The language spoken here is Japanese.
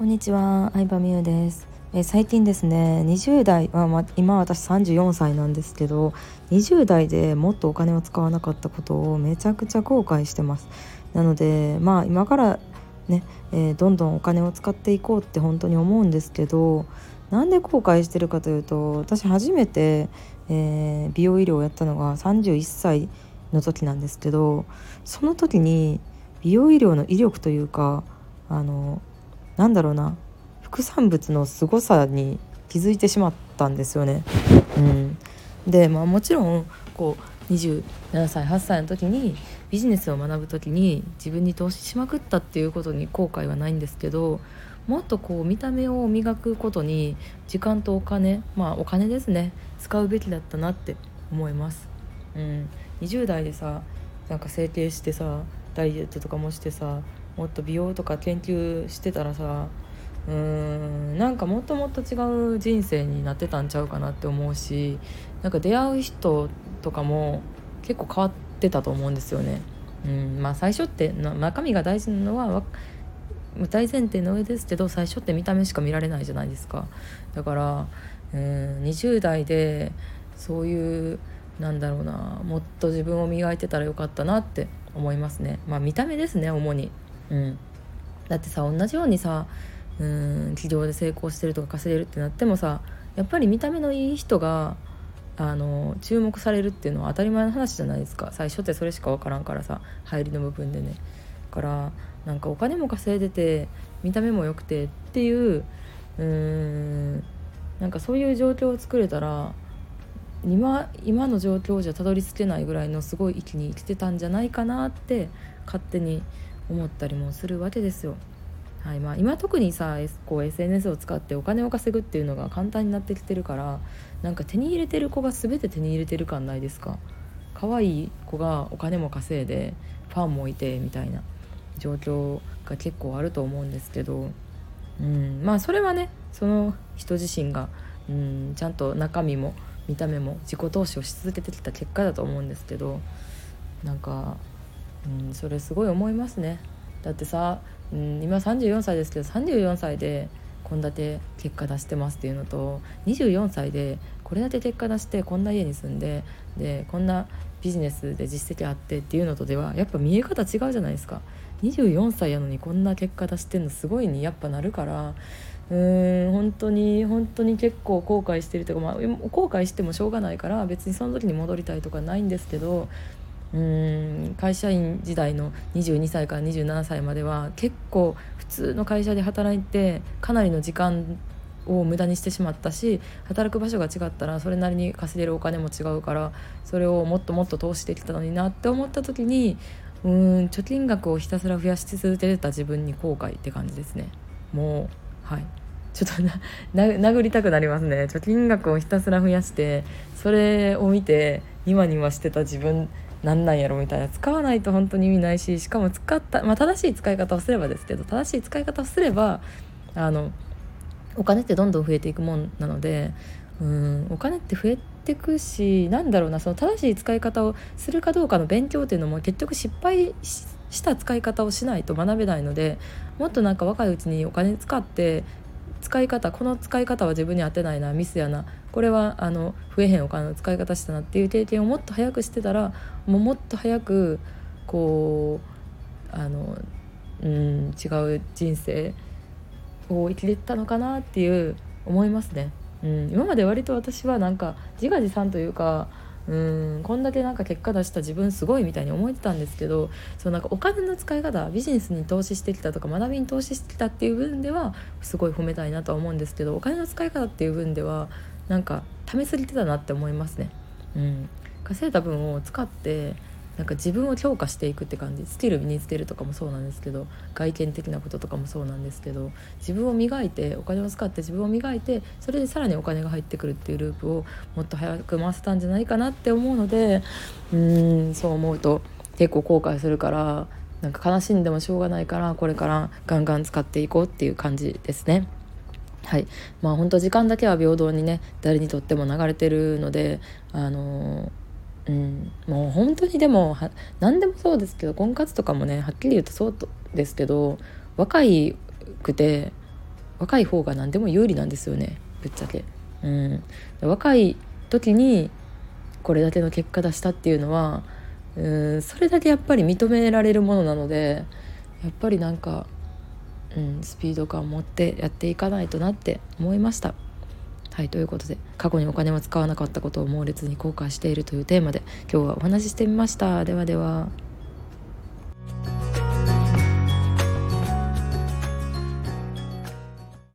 んにちは、相葉美優です。最近ですね、20代は、今私34歳なんですけど、20代でもっとお金を使わなかったことをめちゃくちゃ後悔してます。なので今からね、どんどんお金を使っていこうって本当に思うんですけど、なんで後悔してるかというと、私初めて、美容医療をやったのが31歳の時なんですけど、その時に美容医療の威力というか、なんだろうな、副産物の凄さに気づいてしまったんですよね。で、もちろん27歳8歳の時にビジネスを学ぶ時に自分に投資しまくったっていうことに後悔はないんですけど、もっと見た目を磨くことに時間とお金、お金ですね、使うべきだったなって思います。20代でさ、なんか整形してさ、ダイエットとかもしてさ、もっと美容とか研究してたらさ、なんかもっともっと違う人生になってたんちゃうかなって思うし、なんか出会う人とかも結構変わってたと思うんですよね。最初って中身が大事なのは大前提の上ですけど、最初って見た目しか見られないじゃないですか。だから20代でそういう、なんだろうな、もっと自分を磨いてたらよかったなって思いますね。見た目ですね、主に。だってさ、同じようにさ、企業で成功してるとか稼げるってなってもさ、やっぱり見た目のいい人が注目されるっていうのは当たり前の話じゃないですか。最初ってそれしか分からんからさ、入りの部分でね。だからなんかお金も稼いでて見た目も良くてっていう、なんかそういう状況を作れたら、今の状況じゃたどり着けないぐらいのすごい域に生きてたんじゃないかなって勝手に思ったりもするわけですよ。今特にさ、SNS を使ってお金を稼ぐっていうのが簡単になってきてるから、なんか手に入れてる子が全て手に入れてる感ないですか。可愛い子がお金も稼いでファンもいてみたいな状況が結構あると思うんですけど、それはね、その人自身がちゃんと中身も見た目も自己投資をし続けてきた結果だと思うんですけど、なんかそれすごい思いますね。だってさ、今34歳ですけど、34歳でこんだけ結果出してますっていうのと、24歳でこれだけ結果出してこんな家に住んで、こんなビジネスで実績あってっていうのとではやっぱ見え方違うじゃないですか。24歳やのにこんな結果出してんのすごいにやっぱなるから、本当に結構後悔してるというか、後悔してもしょうがないから別にその時に戻りたいとかないんですけど、会社員時代の22歳から27歳までは結構普通の会社で働いてかなりの時間を無駄にしてしまったし、働く場所が違ったらそれなりに稼げるお金も違うから、それをもっともっと投資できたのになって思った時に、貯金額をひたすら増やし続けてた自分に後悔って感じですね。もうちょっと殴りたくなりますね。貯金額をひたすら増やしてそれを見て今にはしてた自分なんなんやろみたいな。使わないと本当に意味ないし、しかも使った、正しい使い方をすればですけど、正しい使い方をすればお金ってどんどん増えていくもんなので、お金って増えていくし、なんだろうな、その正しい使い方をするかどうかの勉強っていうのも結局失敗した使い方をしないと学べないので、もっとなんか若いうちにお金使ってこの使い方は自分に合ってないな、ミスやな、これは増えへんお金の使い方したなっていう経験をもっと早くしてたら、もっと早く違う人生を生きれたのかなっていう思いますね。今まで割と私はなんか自画自賛というか、こんだけなんか結果出した自分すごいみたいに思ってたんですけど、そうなんかお金の使い方、ビジネスに投資してきたとか学びに投資してきたっていう部分ではすごい褒めたいなとは思うんですけど、お金の使い方っていう部分ではなんか試めすぎてたなって思いますね。稼いだ分を使ってなんか自分を強化していくって感じ。スキル身につけるとかもそうなんですけど、外見的なこととかもそうなんですけど、自分を磨いて、お金を使って自分を磨いて、それでさらにお金が入ってくるっていうループをもっと早く回せたんじゃないかなって思うので、そう思うと結構後悔するから、なんか悲しんでもしょうがないから、これからガンガン使っていこうっていう感じですね。本当時間だけは平等にね、誰にとっても流れてるので、もう本当にでも何でもそうですけど、婚活とかもね、はっきり言うとそうですけど、若いくて若い方が何でも有利なんですよね、ぶっちゃけ。若い時にこれだけの結果出したっていうのはそれだけやっぱり認められるものなので、やっぱりなんか、スピード感を持ってやっていかないとなって思いました。はい、ということで、過去にお金を使わなかったことを猛烈に後悔しているというテーマで今日はお話ししてみました。ではでは。